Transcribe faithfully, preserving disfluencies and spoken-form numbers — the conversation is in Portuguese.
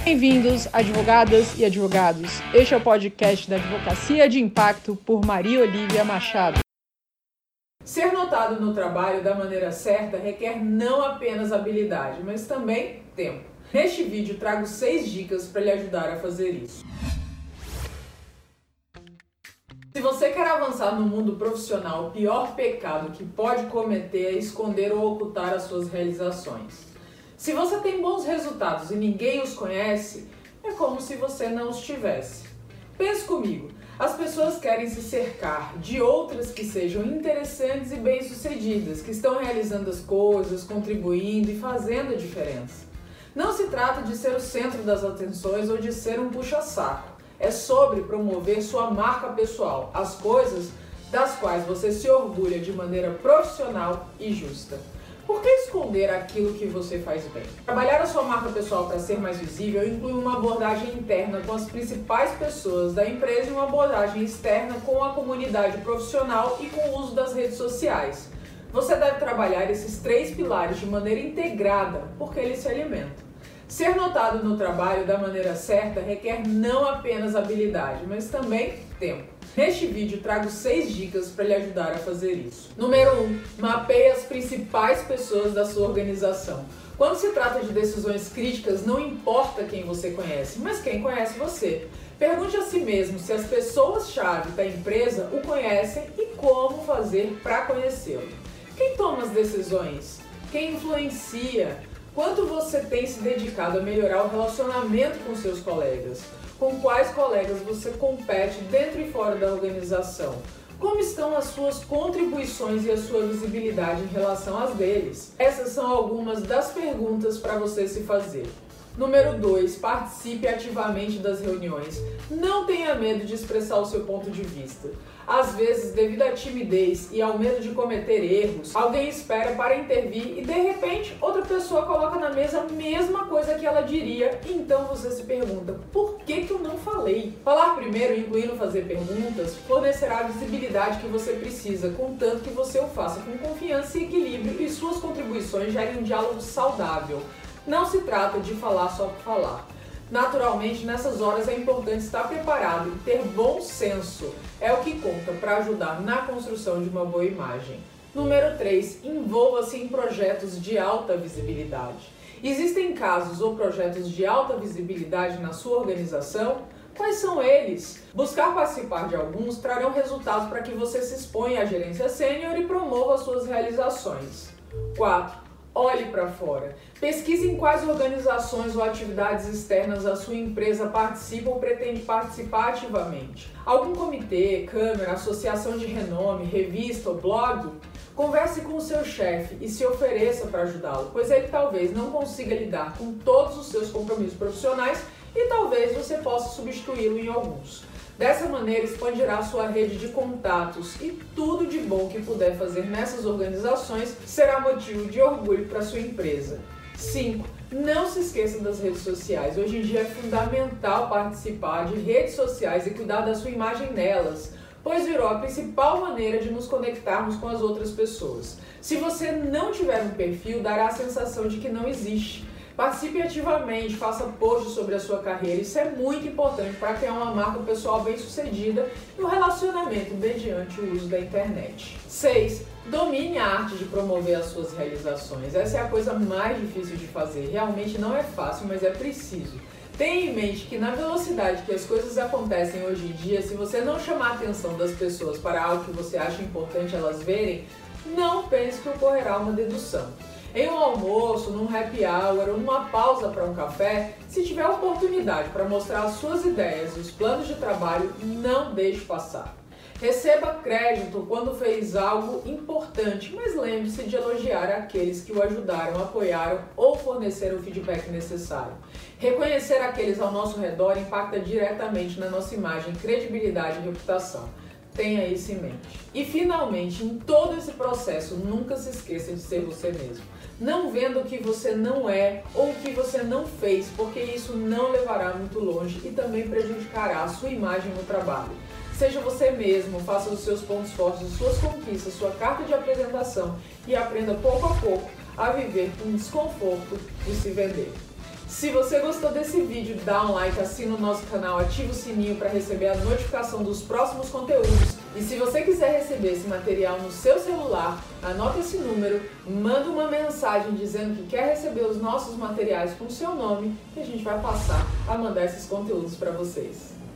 Bem-vindos, advogadas e advogados. Este é o podcast da Advocacia de Impacto por Maria Olívia Machado. Ser notado no trabalho da maneira certa requer não apenas habilidade, mas também tempo. Neste vídeo trago seis dicas para lhe ajudar a fazer isso. Se você quer avançar no mundo profissional, o pior pecado que pode cometer é esconder ou ocultar as suas realizações. Se você tem bons resultados e ninguém os conhece, é como se você não os tivesse. Pense comigo, as pessoas querem se cercar de outras que sejam interessantes e bem-sucedidas, que estão realizando as coisas, contribuindo e fazendo a diferença. Não se trata de ser o centro das atenções ou de ser um puxa-saco. É sobre promover sua marca pessoal, as coisas das quais você se orgulha de maneira profissional e justa. Por que esconder aquilo que você faz bem? Trabalhar a sua marca pessoal para ser mais visível inclui uma abordagem interna com as principais pessoas da empresa e uma abordagem externa com a comunidade profissional e com o uso das redes sociais. Você deve trabalhar esses três pilares de maneira integrada, porque eles se alimentam. Ser notado no trabalho da maneira certa requer não apenas habilidade, mas também tempo. Neste vídeo trago seis dicas para lhe ajudar a fazer isso. Número um. Mapeie as principais pessoas da sua organização. Quando se trata de decisões críticas, não importa quem você conhece, mas quem conhece você. Pergunte a si mesmo se as pessoas-chave da empresa o conhecem e como fazer para conhecê-lo. Quem toma as decisões? Quem influencia? Quanto você tem se dedicado a melhorar o relacionamento com seus colegas? Com quais colegas você compete dentro e fora da organização? Como estão as suas contribuições e a sua visibilidade em relação às deles? Essas são algumas das perguntas para você se fazer. Número dois. Participe ativamente das reuniões. Não tenha medo de expressar o seu ponto de vista. Às vezes, devido à timidez e ao medo de cometer erros, alguém espera para intervir e, de repente, outra pessoa coloca na mesa a mesma coisa que ela diria e então você se pergunta, por que que eu não falei? Falar primeiro, incluindo fazer perguntas, fornecerá a visibilidade que você precisa, contanto que você o faça com confiança e equilíbrio e suas contribuições gerem um diálogo saudável. Não se trata de falar só por falar. Naturalmente, nessas horas é importante estar preparado e ter bom senso. É o que conta para ajudar na construção de uma boa imagem. Número três. Envolva-se em projetos de alta visibilidade. Existem casos ou projetos de alta visibilidade na sua organização? Quais são eles? Buscar participar de alguns trarão resultados para que você se exponha à gerência sênior e promova suas realizações. quatro. Olhe para fora. Pesquise em quais organizações ou atividades externas a sua empresa participa ou pretende participar ativamente. Algum comitê, câmara, associação de renome, revista ou blog? Converse com o seu chefe e se ofereça para ajudá-lo, pois ele talvez não consiga lidar com todos os seus compromissos profissionais e talvez você possa substituí-lo em alguns. Dessa maneira, expandirá sua rede de contatos e tudo de bom que puder fazer nessas organizações será motivo de orgulho para sua empresa. cinco. Não se esqueça das redes sociais. Hoje em dia é fundamental participar de redes sociais e cuidar da sua imagem nelas, pois virou a principal maneira de nos conectarmos com as outras pessoas. Se você não tiver um perfil, dará a sensação de que não existe. Participe ativamente, faça posts sobre a sua carreira, isso é muito importante para criar uma marca pessoal bem-sucedida e um relacionamento mediante o uso da internet. seis. Domine a arte de promover as suas realizações. Essa é a coisa mais difícil de fazer, realmente não é fácil, mas é preciso. Tenha em mente que na velocidade que as coisas acontecem hoje em dia, se você não chamar a atenção das pessoas para algo que você acha importante elas verem, não pense que ocorrerá uma dedução. Em um almoço, num happy hour ou numa pausa para um café, se tiver oportunidade para mostrar as suas ideias e os planos de trabalho, não deixe passar. Receba crédito quando fez algo importante, mas lembre-se de elogiar aqueles que o ajudaram, apoiaram ou forneceram o feedback necessário. Reconhecer aqueles ao nosso redor impacta diretamente na nossa imagem, credibilidade e reputação. Tenha isso em mente. E finalmente, em todo esse processo, nunca se esqueça de ser você mesmo. Não venda o que você não é ou o que você não fez, porque isso não levará muito longe e também prejudicará a sua imagem no trabalho. Seja você mesmo, faça os seus pontos fortes, suas conquistas, sua carta de apresentação e aprenda pouco a pouco a viver com o desconforto de se vender. Se você gostou desse vídeo, dá um like, assina o nosso canal, ativa o sininho para receber a notificação dos próximos conteúdos. E se você quiser receber esse material no seu celular, anota esse número, manda uma mensagem dizendo que quer receber os nossos materiais com o seu nome, que a gente vai passar a mandar esses conteúdos para vocês.